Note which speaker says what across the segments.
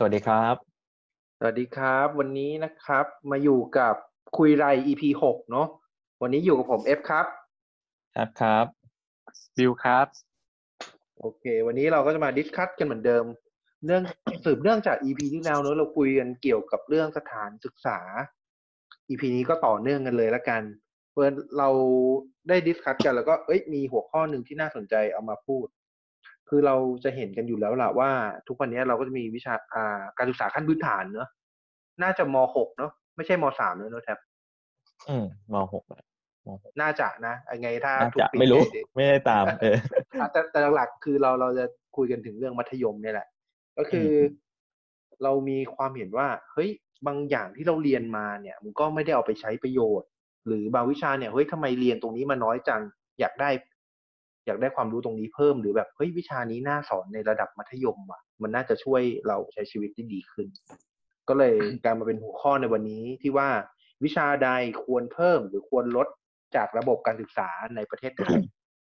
Speaker 1: วัสดีครับ
Speaker 2: สวัสดีครับวันนี้นะครับมาอยู่กับคุยไร EP 6เนาะวันนี้อยู่กับผม F ครับ
Speaker 1: ครับ
Speaker 3: บิวครับ
Speaker 2: โอเควันนี้เราก็จะมาดิสคัสกันเหมือนเดิมเนื่องสืบเนื่องจาก EP ที่แล้วเนอะเราคุยกันเกี่ยวกับเรื่องสถานศึกษา EP นี้ก็ต่อเนื่องกันเลยละกันเพื่อเราได้ดิสคัสกันแล้วก็มีหัวข้อหนึ่งที่น่าสนใจเอามาพูดคือเราจะเห็นกันอยู่แล้วล่ะว่าทุกวันนี้เราก็จะมีวิชาการศึกษาขั้นพื้นฐานเนอะน่าจะม.6 เนอะไม่ใช่ม.3เนอะแท็บ
Speaker 1: ม.6ม.6
Speaker 2: น่าจะนะไงถ้า
Speaker 1: น่า
Speaker 2: ทุก
Speaker 1: จะ
Speaker 2: ปี
Speaker 1: ไม่รู้ไม่ได้ตาม
Speaker 2: แต่หลักๆคือเราจะคุยกันถึงเรื่องมัธยมเนี่ยแหละก็คือเรามีความเห็นว่าเฮ้ยบางอย่างที่เราเรียนมาเนี่ยมันก็ไม่ได้เอาไปใช้ประโยชน์หรือบางวิชาเนี่ยเฮ้ยทำไมเรียนตรงนี้มาน้อยจังอยากได้ความรู้ตรงนี้เพิ่มหรือแบบเฮ้ยวิชานี้น่าสอนในระดับมัธยมว่ะมันน่าจะช่วยเราใช้ชีวิตได้ดีขึ้นก็เลยกลายมาเป็นหัวข้อในวันนี้ที่ว่าวิชาใดควรเพิ่มหรือควรลดจากระบบการศึกษาในประเทศไทย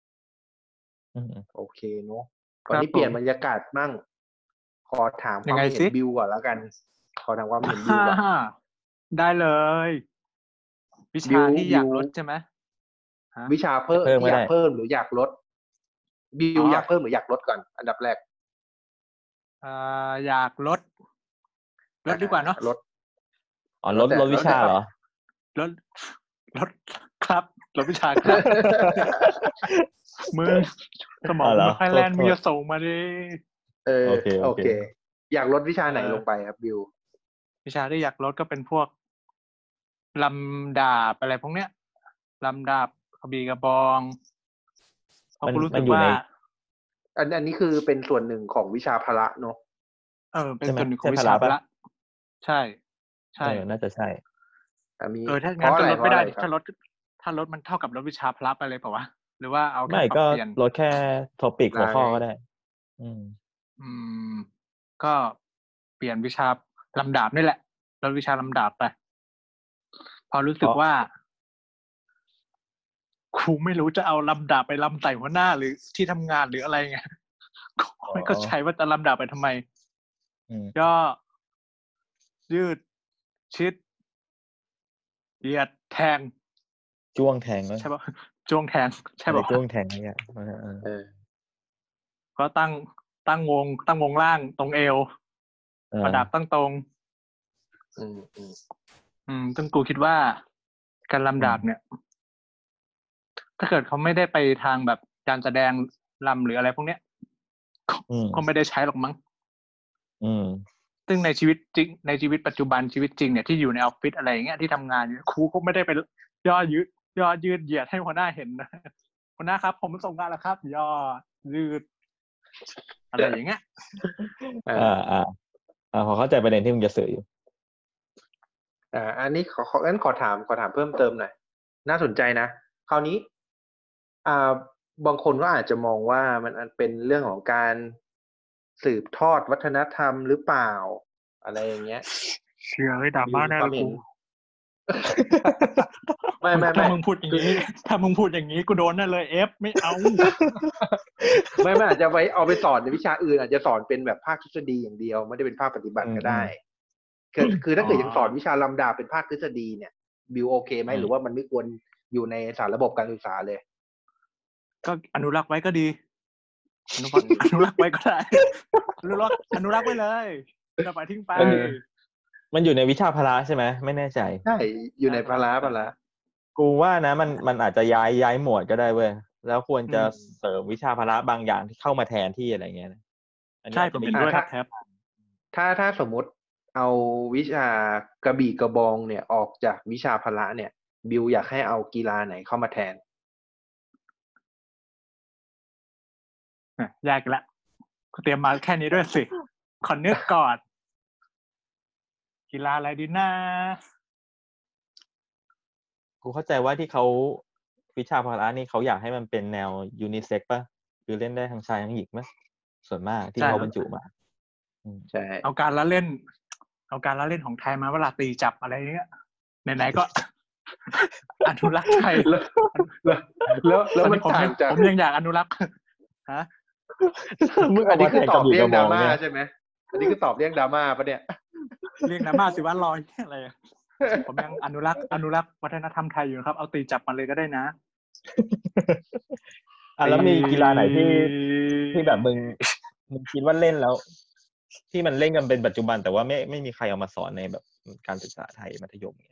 Speaker 2: โอเคเนาะวันนี้เปลี่ยนบรรยากาศมั่งขอถามความเห็นบิวก่อนแล้วกันขอถามความเห็นบิวก่อน
Speaker 3: ได้เลยวิชาที่อยากลดใช่ไหม
Speaker 2: วิชาเพิ่มที่อยากเพิ่มหรืออยากลดบิวอยากเพิ่มหรืออยากลดก่อนอันดับแรก
Speaker 3: อยากลดดีกว่าเนาะ
Speaker 2: ลด
Speaker 1: ลดวิชาเหรอ
Speaker 3: ลดครับลดวิชาครับมึงสมองไม่ค่อยแล่นมึงจะส่งมาดิ
Speaker 2: โอเคอยากลดวิชาไหนลงไปครับบิว
Speaker 3: วิชาที่อยากลดก็เป็นพวกลำดาบอะไรพวกเนี้ยลำดาบกระบี่กระบองเพราะกูรู้สึกว่า
Speaker 2: อันนี้คือเป็นส่วนหนึ่งของวิชาพละเนาะ
Speaker 3: เป็นส่วนหนึ่งของวิชาพละใช่
Speaker 1: น่าจะใช่
Speaker 3: ถ้างั้นก็ลดไม่ได้ถ้าลดมันเท่ากับลดวิชาพละไปเลยเปล่าวะหรือว่าเอาแค่ปรับเปลี่ยน
Speaker 1: ลดแค่ท็อปิกหัวข้อก็ได้
Speaker 3: ก็เปลี่ยนวิชาลำดาบนี่แหละลดวิชาลำดาบไปพอรู้สึกว่าครูไม่รู้จะเอาลำดาบไปลำใส่หัวหน้าหรือที่ทำงานหรืออะไรไงไม่เข้าใจว่าจะลำดาบไปทำไมก็ยืดชิดเหยียดแทง
Speaker 1: จ้วงแทงใ
Speaker 3: ช่ป่ะจ้วงแทงใช่ป่ะ
Speaker 1: จ้วงแทงเนี่ย
Speaker 3: ก็ตั้งวงล่างตรงเอวประดับตั้งตรงซึ่งกูคิดว่าการลำดาบเนี่ยถ้าเกิดเขาไม่ได้ไปทางแบบการแสดงลำหรืออะไรพวกเนี้ยก็ไม่ได้ใช้หรอกมั้งซึ่งในชีวิตจริงในชีวิตปัจจุบันชีวิตจริงเนี่ยที่อยู่ในออฟฟิศอะไรอย่างเงี้ยที่ทำงานครูก็ไม่ได้ไปย่อยืดเหยียดให้หัวหน้าเห็นนะหัวหน้าครับผมส่งงานแล้วครับย่อยืดอะไรอย่างเงี้ย
Speaker 1: พอเข้าใจประเด็นที่มึงจะสื่ออยู่
Speaker 2: อันนี้ขอถามเพิ่มเติมหน่อยน่าสนใจนะคราวนี้บางคนก็อาจจะมองว่ามันเป็นเรื่องของการสืบทอดวัฒนธรรมหรือเปล่าอะไรอย่างเงี้ย
Speaker 3: เชื่อเลยดราม่าแน่เลยกู
Speaker 2: ไม่
Speaker 3: ถ้ามึงพูดอย่างนี้กูโดนแน่เลยเอฟไม่เอา
Speaker 2: ไม่อาจจะเอาไปสอนในวิชาอื่นอาจจะสอนเป็นแบบภาคทฤษฎีอย่างเดียวไม่ได้เป็นภาคปฏิบัติก็ได้คือถ้าเกิดยังสอนวิชาลำดาเป็นภาคทฤษฎีเนี่ยบิวโอเคไหมหรือว่ามันไม่ควรอยู่ในสารระบบการศึกษาเลย
Speaker 3: ก็อนุรักษ์ไว้ก็ดีอนุรักษ์ไว้ก็ได้อนุรักษ์ไว้เลยจะไปทิ้งไป
Speaker 1: มันอยู่ในวิชาพละใช่ไหมไม่แน่ใจ
Speaker 2: ใช่อยู่ในพละ
Speaker 1: กูว่านะมันอาจจะย้ายหมวดก็ได้เว้ยแล้วควรจะเสริมวิชาพละบางอย่างที่เข้ามาแทนที่อะไรเงี้ย
Speaker 3: ใช่ผมเห็นด้วยครับ
Speaker 2: ถ้าสมมติเอาวิชากระบี่กระบองเนี่ยออกจากวิชาพละเนี่ยบิวอยากให้เอากีฬาไหนเข้ามาแทน
Speaker 3: ยากละเตรียมมาแค่นี้ด้วยสิขอนึกก่อนกีฬาอะไรดีนะ
Speaker 1: กูเข้าใจว่าที่เขาวิชาพละนี่เขาอยากให้มันเป็นแนวยูนิเซ็กป่ะคือเล่นได้ทั้งชายทั้งหญิงมั้ยส่วนมากที่เขาบรรจุมา
Speaker 2: ใช่
Speaker 3: เอาการละเล่นของไทยมาเวลาตีจับอะไรเงี้ยไหนๆก็อนุรักษ์ไทย
Speaker 2: แล้วมันต่างจาก
Speaker 3: ผมยังอยากอนุรักษ์ฮะ
Speaker 2: อันนี้คือตอบเรื่องดราม่าใช่ไหมอันนี้คือตอบเรื่องดราม่าปะเนี่ย
Speaker 3: เรียกนะมาสิว่ารอยอะไรผมยังอนุรักษ์วัฒนธรรมไทยอยู่นะครับเอาตีจับมาเลยก็ได้นะ
Speaker 1: แล้วมีกีฬาไหนที่แบบมึงคิดว่าเล่นแล้วที่มันเล่นกันเป็นปัจจุบันแต่ว่าไม่มีใครเอามาสอนในแบบการศึกษาไทยมัธยมเนี่ย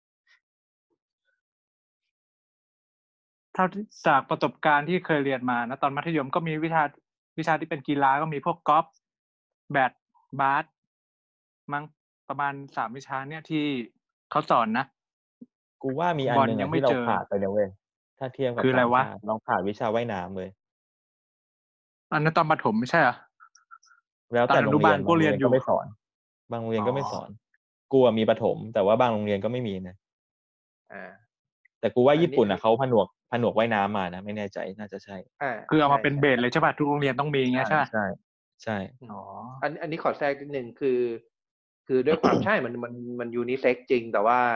Speaker 3: เท่าจากประสบการณ์ที่เคยเรียนมานะตอนมัธยมก็มีวิชาที่เป็นกีฬาก็มีพวกกอล์ฟแบดบาสมั้งประมาณ3 วิชาเนี่ยที่เขาสอนนะ
Speaker 1: กูว่ามีอันนึงที่เราขาดไปเนี่ยเว้ยถ้าเทียบกับ
Speaker 3: คืออะไรวะ
Speaker 1: เราขาดวิชาว่ายน้ำเลย
Speaker 3: อันนั้นตอนประถมไม่ใช่เหรอ
Speaker 1: แล้วแต่โรงเรียน
Speaker 3: ก็เรียนอยู่
Speaker 1: ไม่สอนบางโรงเรียนก็ไม่สอนกูมีประถมแต่ว่าบางโรงเรียนก็ไม่มีนะแต่กูว่าญี่ปุ่นเขาผนวกว่ายน้ำมานะไม่แน่ใจน่าจะใช่
Speaker 3: คือเอามาเป็นเบสเลยใช่ป่ะทุกโรงเรียนต้องมีอย่างเงี้ยใช่
Speaker 1: ใช่
Speaker 2: อันนี้ขอแทรกนิดนึงคือด้วยความ ใช่มันยูนิเซ็กจริงแต่ว่า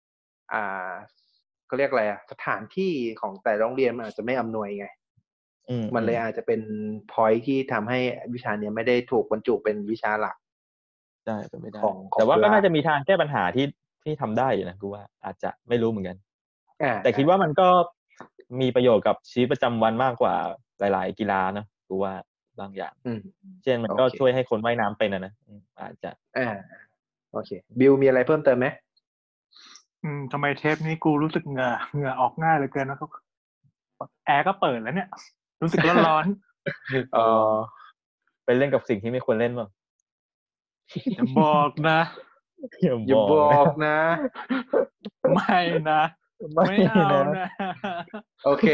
Speaker 2: ก็เรียกอะไรสถานที่ของแต่โรงเรียนมันอาจจะไม่อำนวยไงมันเลยอาจจะเป็น point ที่ทำให้วิชาเนี้ยไม่ได้ถูกบรรจุเป็นวิชาหลัก
Speaker 1: ใช่เป็นไม่ได้แต่ว่าก็น่าจะมีทางแก้ปัญหาที่ทำได้อยู่นะกูว่าอาจจะไม่รู้เหมือนกันแต่คิดว่ามันก็มีประโยชน์กับชีวิตประจำวันมากกว่าหลายๆกีฬานะกูว่าบางอย่างเช่นมันก็ช่วยให้คนว่ายน้ำเป็นนะอาจจะ
Speaker 2: โอเคบิวมีอะไรเพิ่มเติมไหม
Speaker 3: ทำไมเทปนี้กูรู้สึกเหงื่อออกง่ายเหลือเกินนะครับแอร์ก็เปิดแล้วเนี่ยรู้สึกร้อน
Speaker 1: ไปเล่นกับสิ่งที่ไม่ควรเล่นบ้าง
Speaker 3: อย่าบอกนะ
Speaker 2: อย่าบอกนะ
Speaker 3: ไม่นะไม่เอานะ
Speaker 2: โอเค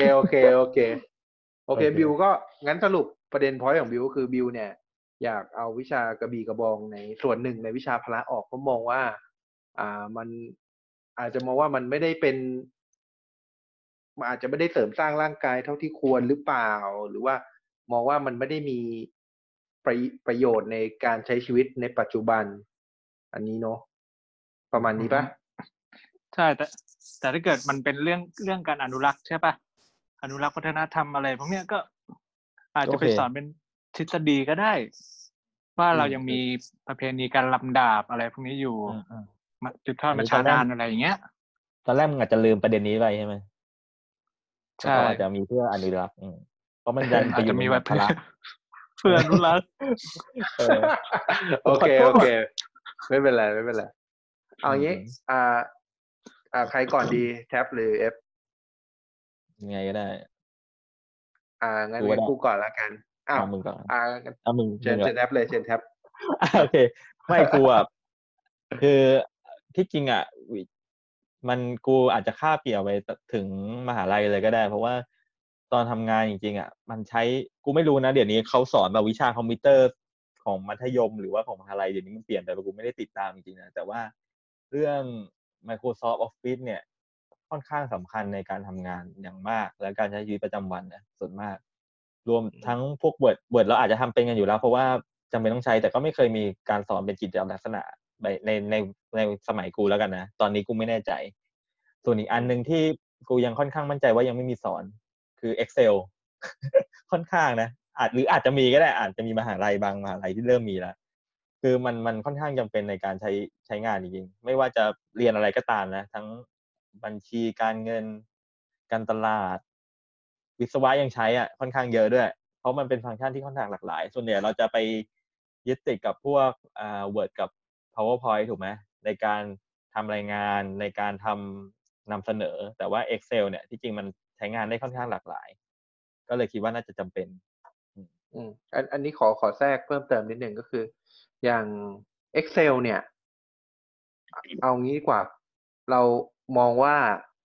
Speaker 2: บิวก็งั้นสรุปประเด็นพอยต์ของบิวก็คือบิวเนี่ยอยากเอาวิชากระบี่กระบองในส่วนหนึ่งในวิชาพละออกเพราะมองว่ามันอาจจะมองว่ามันไม่ได้เป็นมันอาจจะไม่ได้เสริมสร้างร่างกายเท่าที่ควรหรือเปล่าหรือว่ามองว่ามันไม่ได้มีประโยชน์ในการใช้ชีวิตในปัจจุบันอันนี้เนาะประมาณนี้ปะ
Speaker 3: ใช่แต่ถ้าเกิดมันเป็นเรื่องการอนุรักษ์ใช่ปะอนุรักษ์วัฒนธรรมอะไรพวกเนี้ยก็อาจจะไปสอนเป็นทฤษฎีก็ได้ว่าเรายังมีประเพณีการลำดาบอะไรพวกนี้อยู่จุดทอดมาช้านานอะไรอย่างเงี้ย
Speaker 1: ตอนแรกมึงอาจจะลืมประเด็นนี้ไปใช่ไหม
Speaker 3: ใช่
Speaker 1: อาจจะมีเพื่ออนุรักษ์เพราะมันดันไปอยู่ในพละ
Speaker 3: เพื่ออนุรักษ์
Speaker 2: โอเคไม่เป็นไรเอางี้ใครก่อนดีแท็บหรือเอฟ
Speaker 1: ไงก็ได้
Speaker 2: งั้นกูก่อนละกัน
Speaker 1: มึงก่อนมึง
Speaker 2: เชิญแท็บเลยเชิญแท็บ
Speaker 1: โอเคไม่กูคือที่จริงมันกูอาจจะคาบเกี่ยวไปถึงมหาลัยเลยก็ได้เพราะว่าตอนทำงานจริงๆมันใช้กูไม่รู้นะเดี๋ยวนี้เขาสอนแบบวิชาคอมพิวเตอร์ของมัธยมหรือว่าของมหาลัยเดี๋ยวนี้มันเปลี่ยนแต่กูไม่ได้ติดตามจริงๆนะแต่ว่าเรื่อง Microsoft Office เนี่ยค่อนข้างสำคัญในการทำงานอย่างมากและการใช้ชีวิตประจำวันนะส่วนมากรวมทั้งพวก Word เราอาจจะทำเป็นกันอยู่แล้วเพราะว่าจำเป็นต้องใช้แต่ก็ไม่เคยมีการสอนเป็นกิจลักษณะในสมัยกูแล้วกันนะตอนนี้กูไม่แน่ใจส่วนอีกอันนึงที่กูยังค่อนข้างมั่นใจว่ายังไม่มีสอนคือ Excel ค่อนข้างนะหรืออาจจะมีก็ได้อาจจะมีมหาลัยบางมหาลัยที่เริ่มมีแล้วคือมันค่อนข้างจำเป็นในการใช้งานจริงๆไม่ว่าจะเรียนอะไรก็ตามนะทั้งบัญชีการเงินการตลาดวิศวะยังใช้ค่อนข้างเยอะด้วยเพราะมันเป็นฟังก์ชันที่ค่อนข้างหลากหลายส่วนใหญ่เราจะไปยึดติดกับพวกWord กับ PowerPoint ถูกไหมในการทำรายงานในการนำเสนอแต่ว่า Excel เนี่ยที่จริงมันใช้งานได้ค่อนข้างหลากหลายก็เลยคิดว่าน่าจะจำเป็น
Speaker 2: อันนี้ขอแทรกเพิ่มเติมนิดนึงก็คืออย่าง Excel เนี่ยเอางี้ดีกว่าเรามองว่า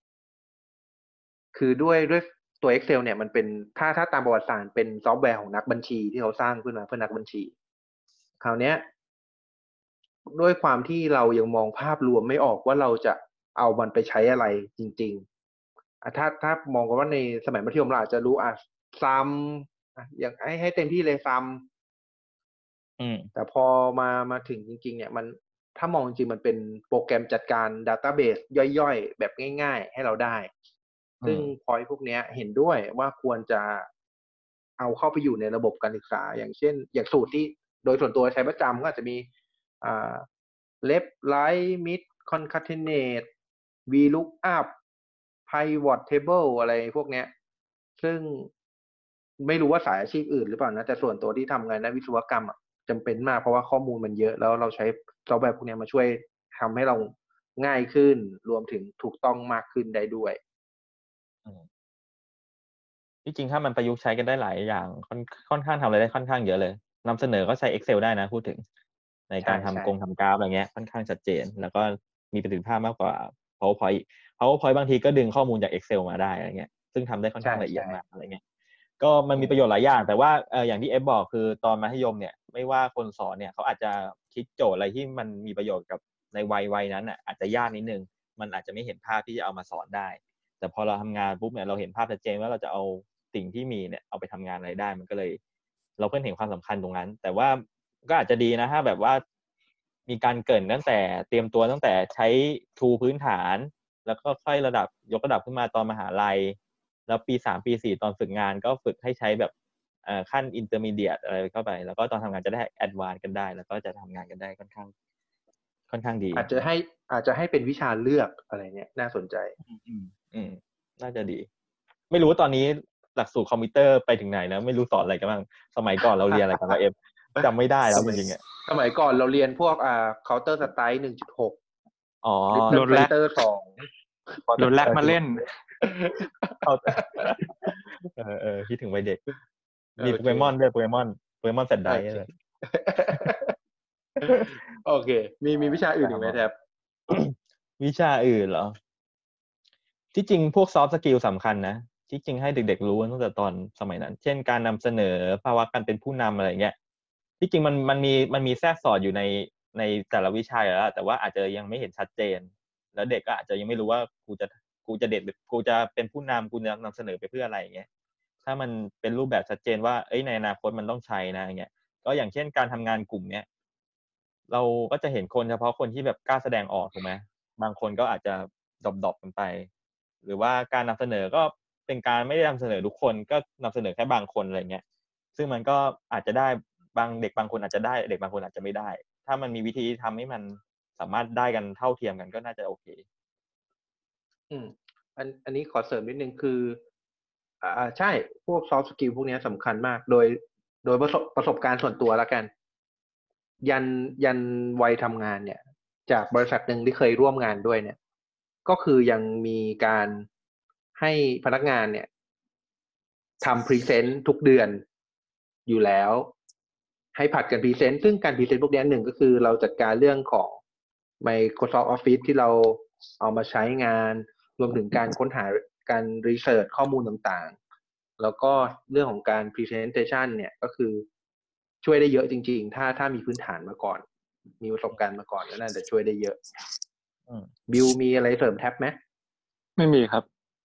Speaker 2: คือด้วยตัว Excel เนี่ยมันเป็นถ้าตามประวัติศาสตร์เป็นซอฟต์แวร์ของนักบัญชีที่เขาสร้างขึ้นมาเพื่อนักบัญชีคราวนี้ด้วยความที่เรายังมองภาพรวมไม่ออกว่าเราจะเอามันไปใช้อะไรจริงๆถ้ามองกันว่าในสมัยมัธยมเราอาจจะรู้ซัมอย่างให้เต็มที่เลยซัมแต่พอมาถึงจริงๆเนี่ยมันถ้ามองจริงมันเป็นโปรแกรมจัดการดัตต้าเบสย่อยๆแบบง่ายๆให้เราได้ซึ่งพอยต์พวกนี้เห็นด้วยว่าควรจะเอาเข้าไปอยู่ในระบบการศึกษาอย่างเช่นอย่างสูตรที่โดยส่วนตัวใช้ประจำก็อาจจะมีleft right mid concatenate VLOOKUP pivot table อะไรพวกเนี้ยซึ่งไม่รู้ว่าสายอาชีพอื่นหรือเปล่านะแต่ส่วนตัวที่ทำงานด้านวิศวกรรมจำเป็นมากเพราะว่าข้อมูลมันเยอะแล้วเราใช้ซอฟต์แวร์พวกนี้มาช่วยทำให้เราง่ายขึ้นรวมถึงถูกต้องมากขึ้นได้ด้วย
Speaker 1: ที่จริงถ้ามันประยุกต์ใช้กันได้หลายอย่างค่อนข้างทำอะไรได้ค่อนข้างเยอะเลยนำเสนอก็ใช้ Excel ได้นะพูดถึงในการทำทำกราฟอะไรเงี้ยค่อนข้างชัดเจนแล้วก็มีประสิทธิภาพมากกว่า PowerPoint บางทีก็ดึงข้อมูลจาก Excel มาได้อะไรเงี้ยซึ่งทำได้ค่อนข้างละเอียดมากอะไรเงี้ยก็มันมีประโยชน์หลายอย่างแต่ว่าอย่างที่เอฟบอกคือตอนมัธยมเนี่ยไม่ว่าคนสอนเนี่ยเขาอาจจะคิดโจทย์อะไรที่มันมีประโยชน์กับในวัยนั้นอ่ะอาจจะยากนิดนึงมันอาจจะไม่เห็นภาพที่จะเอามาสอนได้แต่พอเราทำงานปุ๊บเนี่ยเราเห็นภาพชัดเจนว่าเราจะเอาสิ่งที่มีเนี่ยเอาไปทำงานอะไรได้มันก็เลยเราก็เห็นความสำคัญตรงนั้นแต่ว่าก็อาจจะดีนะถ้าแบบว่ามีการเกริ่นตั้งแต่เตรียมตัวตั้งแต่ใช้ทูพื้นฐานแล้วก็ค่อยยกระดับขึ้นมาตอนมหาลัยแล้วปี3ปี4ตอนฝึกงานก็ฝึกให้ใช้แบบขั้นอินเตอร์มีเดียตอะไรเข้าไปแล้วก็ตอนทำงานจะได้แอดวานซ์กันได้แล้วก็จะทำงานกันได้ค่อนข้างดี
Speaker 2: อาจจะให้เป็นวิชาเลือกอะไรเนี่ยน่าสนใจ
Speaker 1: น่าจะดีไม่รู้ว่าตอนนี้หลักสูตรคอมพิวเตอร์ไปถึงไหนนะไม่รู้สอนอะไรกันบ้างสมัยก่อนเราเรียนอะไรกันวะเอฟจำไม่ได้แล้วจริงๆอ่ะ
Speaker 2: สมัยก่อนเราเรียนพวกCounter Strike 1.6
Speaker 1: อ๋อ
Speaker 2: โดนแรก2
Speaker 3: โดนแรกมาเล่น
Speaker 1: คิดถึงวัยเด็กมีโปเกมอนด้วยโปเกมอนแซดไดอะไร
Speaker 2: โอเคมีวิชาอื่นอีกไหมแทบ
Speaker 1: วิชาอื่นเหรอที่จริงพวกซอฟต์สกิลสำคัญนะที่จริงให้เด็กๆรู้ตั้งแต่ตอนสมัยนั้นเช่นการนำเสนอภาวะการเป็นผู้นำอะไรเงี้ยที่จริงมันมีแทรกสอดอยู่ในแต่ละวิชาแล้วแต่ว่าอาจจะยังไม่เห็นชัดเจนแล้วเด็กก็อาจจะยังไม่รู้ว่ากูจะเด็ดกูจะเป็นผู้นำกูจะนำเสนอไปเพื่ออะไรเงี้ยถ้ามันเป็นรูปแบบชัดเจนว่าในอนาคตมันต้องใช้นะอย่างเงี้ยก็อย่างเช่นการทำงานกลุ่มเนี้ยเราก็จะเห็นคนเฉพาะคนที่แบบกล้าแสดงออกถูกไหมบางคนก็อาจจะดรอปกันไปหรือว่าการนำเสนอก็เป็นการไม่ได้นำเสนอทุกคนก็นำเสนอแค่บางคนอะไรเงี้ยซึ่งมันก็อาจจะได้เด็กบางคนอาจจะได้เด็กบางคนอาจจะไม่ได้ถ้ามันมีวิธีทำให้มันสามารถได้กันเท่าเทียมกันก็น่าจะโอเค
Speaker 2: อันนี้ขอเสริมนิดนึงคือใช่พวก soft skill พวกนี้สำคัญมากโดยประสบการณ์ส่วนตัวแล้วกันยันวัยทำงานเนี่ยจากบริษัทหนึ่งที่เคยร่วมงานด้วยเนี่ยก็คือยังมีการให้พนักงานเนี่ยทำพรีเซนต์ทุกเดือนอยู่แล้วให้ผัดกันพรีเซนต์ซึ่งการพรีเซนต์พวกนี้หนึ่งก็คือเราจัดการเรื่องของ Microsoft Office ที่เราเอามาใช้งานรวมถึงการค้นหาการรีเสิร์ชข้อมูลต่างๆแล้วก็เรื่องของการ Presentation เนี่ยก็คือช่วยได้เยอะจริงๆถ้ามีพื้นฐานมาก่อนมีประสบการณ์มาก่อนแล้วน่าจะช่วยได้เยอะบิวมีอะไรเสริมแท็บไหม
Speaker 3: ไม่มีครับ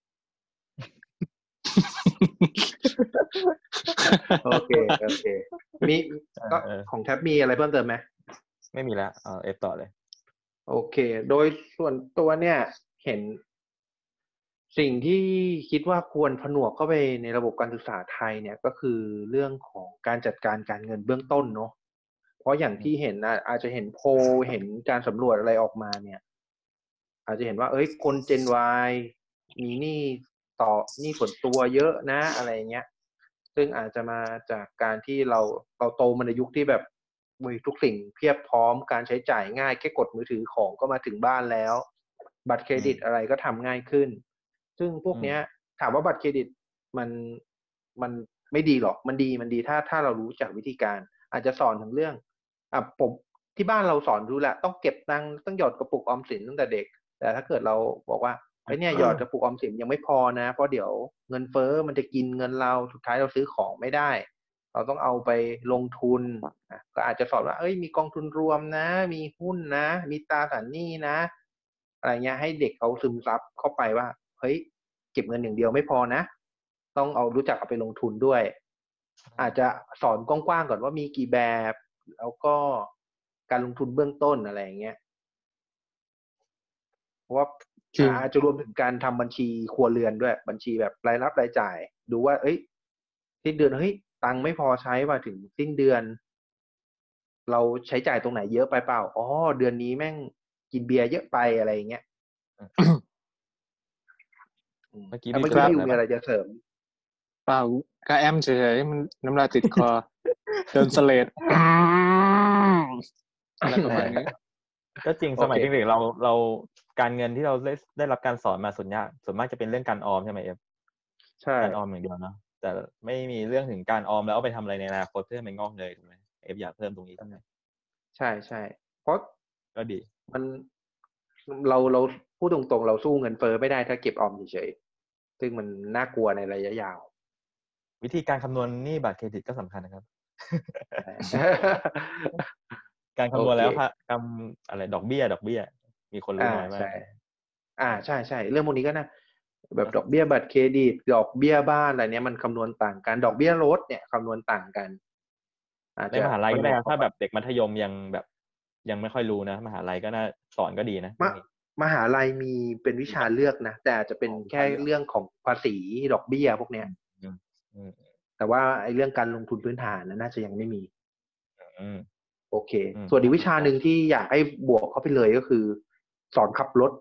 Speaker 2: โอเคมีก็ของแท็บมีอะไรเพิ่มเติมไหม
Speaker 1: ไม่มีแล้วเอฟต่อเลย
Speaker 2: โอเคโดยส่วนตัวเนี่ยเห็นสิ่งที่คิดว่าควรผนวกเข้าไปในระบบการศึกษาไทยเนี่ยก็คือเรื่องของการจัดการการเงินเบื้องต้นเนาะเพราะอย่างที่เห็นอาจจะเห็นโพลเห็นการสำรวจอะไรออกมาเนี่ยอาจจะเห็นว่าคน Gen Y มีหนี้ส่วนตัวเยอะนะอะไรเงี้ยซึ่งอาจจะมาจากการที่เราโตมาในยุคที่แบบทุกสิ่งเพียบพร้อมการใช้จ่ายง่ายแค่กดมือถือของก็มาถึงบ้านแล้วบัตรเครดิตอะไรก็ทำง่ายขึ้นซึ่งพวกนี้ถามว่าบัตรเครดิตมันไม่ดีหรอกมันดีถ้าเรารู้จักวิธีการอาจจะสอนถึงเรื่องผมที่บ้านเราสอนรู้แหละต้องเก็บตังค์ต้องหยอดกระปุกออมสินตั้งแต่เด็กแต่ถ้าเกิดเราบอกว่าเนี่ยหยอดกระปุกออมสินยังไม่พอนะเพราะเดี๋ยวเงินเฟ้อมันจะกินเงินเราสุดท้ายเราซื้อของไม่ได้เราต้องเอาไปลงทุนก็อาจจะสอนว่ามีกองทุนรวมนะมีหุ้นนะมีตราสารหนี้นะอะไรเงี้ยให้เด็กเขาซึมซับเข้าไปว่าเก็บเงินอย่างเดียวไม่พอนะต้องรู้จักเอาไปลงทุนด้วยอาจจะสอนกว้างๆก่อนว่ามีกี่แบบแล้วก็การลงทุนเบื้องต้นอะไรอย่างเงี้ยเพราะว่าอาจจะรวมถึงการทำบัญชีครัวเรือนด้วยบัญชีแบบรายรับรายจ่ายดูว่าสิ้นเดือนตังค์ไม่พอใช้ว่าถึงสิ้นเดือนเราใช้จ่ายตรงไหนเยอะไปเปล่าอ๋อเดือนนี้แม่งกินเบียร์เยอะไปอะไรอย่างเงี้ย
Speaker 1: เมื่อกี้
Speaker 2: เมื่อ
Speaker 1: พี่
Speaker 2: กี้
Speaker 1: พูด
Speaker 2: พี่
Speaker 1: อะไร
Speaker 2: มี
Speaker 1: ปะ
Speaker 2: อะไรจะเสริม
Speaker 3: เปล่ากระแอมเฉยๆมันน้ำลายติดคอ เดินเสลดอะไรประมาณนี้
Speaker 1: ก็จริง
Speaker 2: โอเค
Speaker 1: สมัยเด็กๆเราการเงินที่เราได้รับการสอนมาส่วนมากจะเป็นเรื่องการออมใช่ไหมเอฟ
Speaker 2: ใช่
Speaker 1: การออมอย่างเดียวเนาะแต่ไม่มีเรื่องถึงการออมแล้วเอาไปทำอะไรในอนาคตเพื่อให้มันงอกเงยถูกไหมเอฟอยากเพิ่มตรงนี้ทำไม
Speaker 2: ใช่ใช่เพราะ
Speaker 1: ก็ดี
Speaker 2: มันเราพูดตรงๆเราสู้เงินเฟ้อไม่ได้ถ้าเก็บออมเฉยๆซึ่งมันน่ากลัวในระยะยาว
Speaker 1: วิธีการคำนวณหนี้บัตรเครดิตก็สำคัญนะครับ การคำนวณแล้วค่ะอะไรดอกเบี้ยมีคนรู้น้อยมาก
Speaker 2: ใช่ใช่เรื่องพวกนี้ก็นะแบบดอกเบี้ยบัตรเครดิตดอกเบี้ยบ้านอะไรเนี้ยมันคำนวณต่างกันดอกเบี้ยรถเนี่ยคำนวณต่างกัน
Speaker 1: ในมหาลัยก็ได้ถ้าแบบเด็กมัธยมยังไม่ค่อยรู้นะมหาลัยก็น่าสอนก็ดีนะ
Speaker 2: มหาลัยมีเป็นวิชาเลือกนะแต่อาจจะเป็นแค่เรื่องของภาษีดอกเบี้ยพวกเนี้ยแต่ว่าไอ้เรื่องการลงทุนพื้นฐานน่าจะยังไม่มีโอเคส่วนอีกวิชาหนึ่งที่อยากให้บวกเข้าไปเลยก็คือสอนขับรถ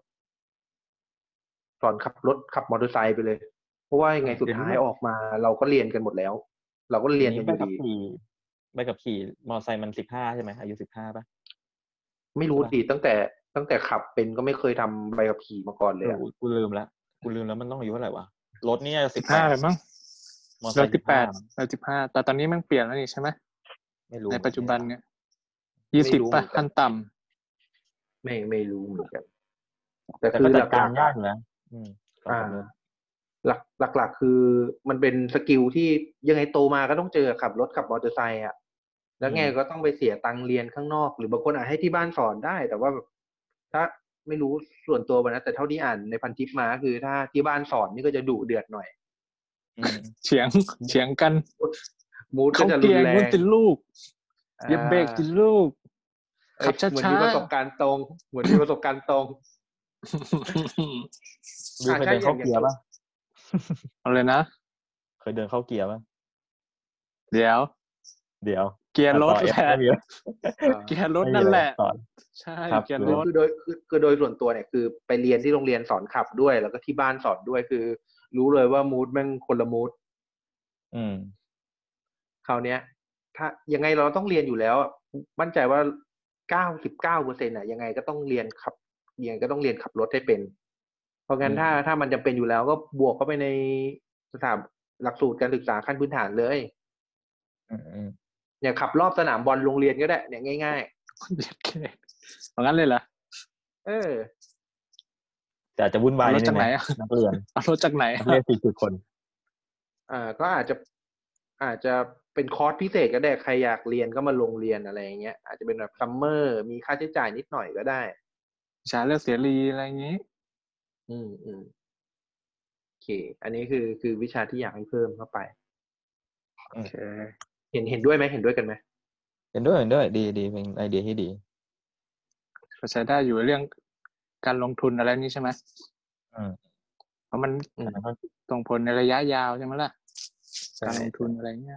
Speaker 2: ขับมอเตอร์ไซค์ไปเลยเพราะว่ายังไงสุดท้ายออกมาเราก็เรียนกันหมดแล้วเราก็เรียนกันอยู่ดี
Speaker 1: ใบขับขี่มอเตอร์ไซค์มัน15ใช่ไหมอายุ15ป่ะ
Speaker 2: ไม่รู้ดิตั้งแต่ขับเป็นก็ไม่เคยทำใบขับขี่มาก่อนเลย
Speaker 1: กูลืมแล้วมันต้องอายุเท่าไหร่วะรถนี่
Speaker 3: 15เลยมั้งมอเตอร์ไซค์18แต่ตอนนี้มันเปลี่ยนแล้วนี่ใช่ไหม
Speaker 1: ไม่รู้
Speaker 3: ในปัจจุบันเนี่ย20ป่ะขั้นต่ำ
Speaker 2: ไม่รู้เหมือนกันแต่
Speaker 1: คือหลักการยากนะ
Speaker 2: หลักคือมันเป็นสกิลที่ยังไงโตมาก็ต้องเจอขับรถขับมอเตอร์ไซค์อ่ะแล้วไงก็ต้องไปเสียตังค์เรียนข้างนอกหรือบางคนอาจให้ที่บ้านสอนได้แต่ว่าถ้าไม่รู้ส่วนตัวนะแต่เท่าที่อ่านในพันทิปมาคือถ้าที่บ้านสอนนี่ก็จะดุเดือดหน่อย
Speaker 3: เฉียงกัน
Speaker 2: มูดก็จะรุนแรง
Speaker 3: ติดลูกเย็บเบรกติดลูกขับช้าๆ
Speaker 2: เหมือนมีประสบการณ์ตรง
Speaker 1: เคยเดินเข้าเกียร์ป่ะ
Speaker 3: อะไรนะ
Speaker 1: เคยเดินเข้าเกียร์ป่ะ
Speaker 3: เดี๋ยวเกียร์รถแหละเกียร์รถนั่นแหละใช่เกียร์รถ
Speaker 2: คือโดยส่วนตัวเนี่ยคือไปเรียนที่โรงเรียนสอนขับด้วยแล้วก็ที่บ้านสอนด้วยคือรู้เลยว่ามูดแม่งคนละมูดคราวเนี้ยถ้ายังไงเราต้องเรียนอยู่แล้วมั่นใจว่า99%ยังไงก็ต้องเรียนขับยังไงก็ต้องเรียนขับรถให้เป็นเพราะงั้นถ้ามันจำเป็นอยู่แล้วก็บวกเข้าไปในสถาบันหลักสูตรการศึกษาขั้นพื้นฐานเลยเนี่ยขับรอบสนามบอลโรงเรียนก็ได้เนี่ยง่าย
Speaker 3: ๆเพราะงั้นเลยเหรอ
Speaker 1: แต่จะวุ่นวายนิดนึงนักเรียน
Speaker 3: เอารถจากไหน
Speaker 1: นักเรียน40 คน
Speaker 2: ก็อาจจะเป็นคอร์สพิเศษก็ได้ใครอยากเรียนก็มาลงเรียนอะไรอย่างเงี้ยอาจจะเป็นแบบซัมเมอร์มีค่าใช้จ่ายนิดหน่อยก็ได้
Speaker 3: วิชาเลือกเสรีอะไรอย่างงี้
Speaker 2: โอเคอันนี้คือวิชาที่อยากให้เพิ่มเข้าไปโอเคเห็นด้วยไหมเห็นด้วยกันไหม
Speaker 1: เห็นด้วยดีเป็นไอเดียที่ดี
Speaker 3: ก็ใช้ได้อยู่เรื่องการลงทุนอะไรนี้ใช่ไหมเพราะมันส่งผลในระยะยาวใช่ไหมล่ะการลงทุนอะไรเงี้ย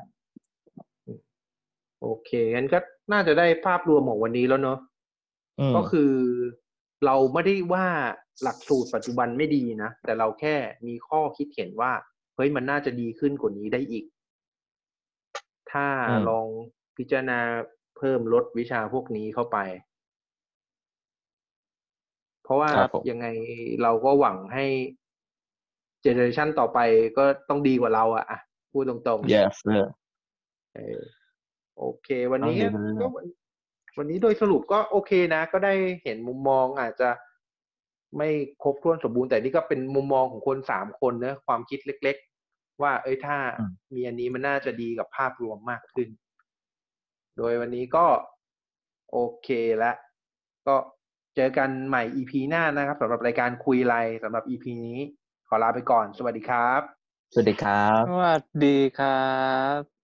Speaker 2: โอเคงั้นก็น่าจะได้ภาพรวมของวันนี้แล้วเนอะก็คือเราไม่ได้ว่าหลักสูตรปัจจุบันไม่ดีนะแต่เราแค่มีข้อคิดเห็นว่าเฮ้ยมันน่าจะดีขึ้นกว่านี้ได้อีกถ้าลองพิจารณาเพิ่มลดวิชาพวกนี้เข้าไปเพราะว่ายังไงเราก็หวังให้เจเนอเรชันต่อไปก็ต้องดีกว่าเราอะพูดตรง
Speaker 1: ๆ yes
Speaker 2: โอเควันนี้ก็วันนี้โดยสรุปก็โอเคนะก็ได้เห็นมุมมองอาจจะไม่ครบถ้วนสมบูรณ์แต่นี่ก็เป็นมุมมองของคน3 คนนะความคิดเล็กๆว่าถ้ามีอันนี้มันน่าจะดีกับภาพรวมมากขึ้นโดยวันนี้ก็โอเคแล้วก็เจอกันใหม่ EP หน้านะครับสำหรับรายการคุยไรสำหรับ EP นี้ขอลาไปก่อนสวัสดีครับ
Speaker 1: สวัสดีครับ
Speaker 3: สวัสดีครับ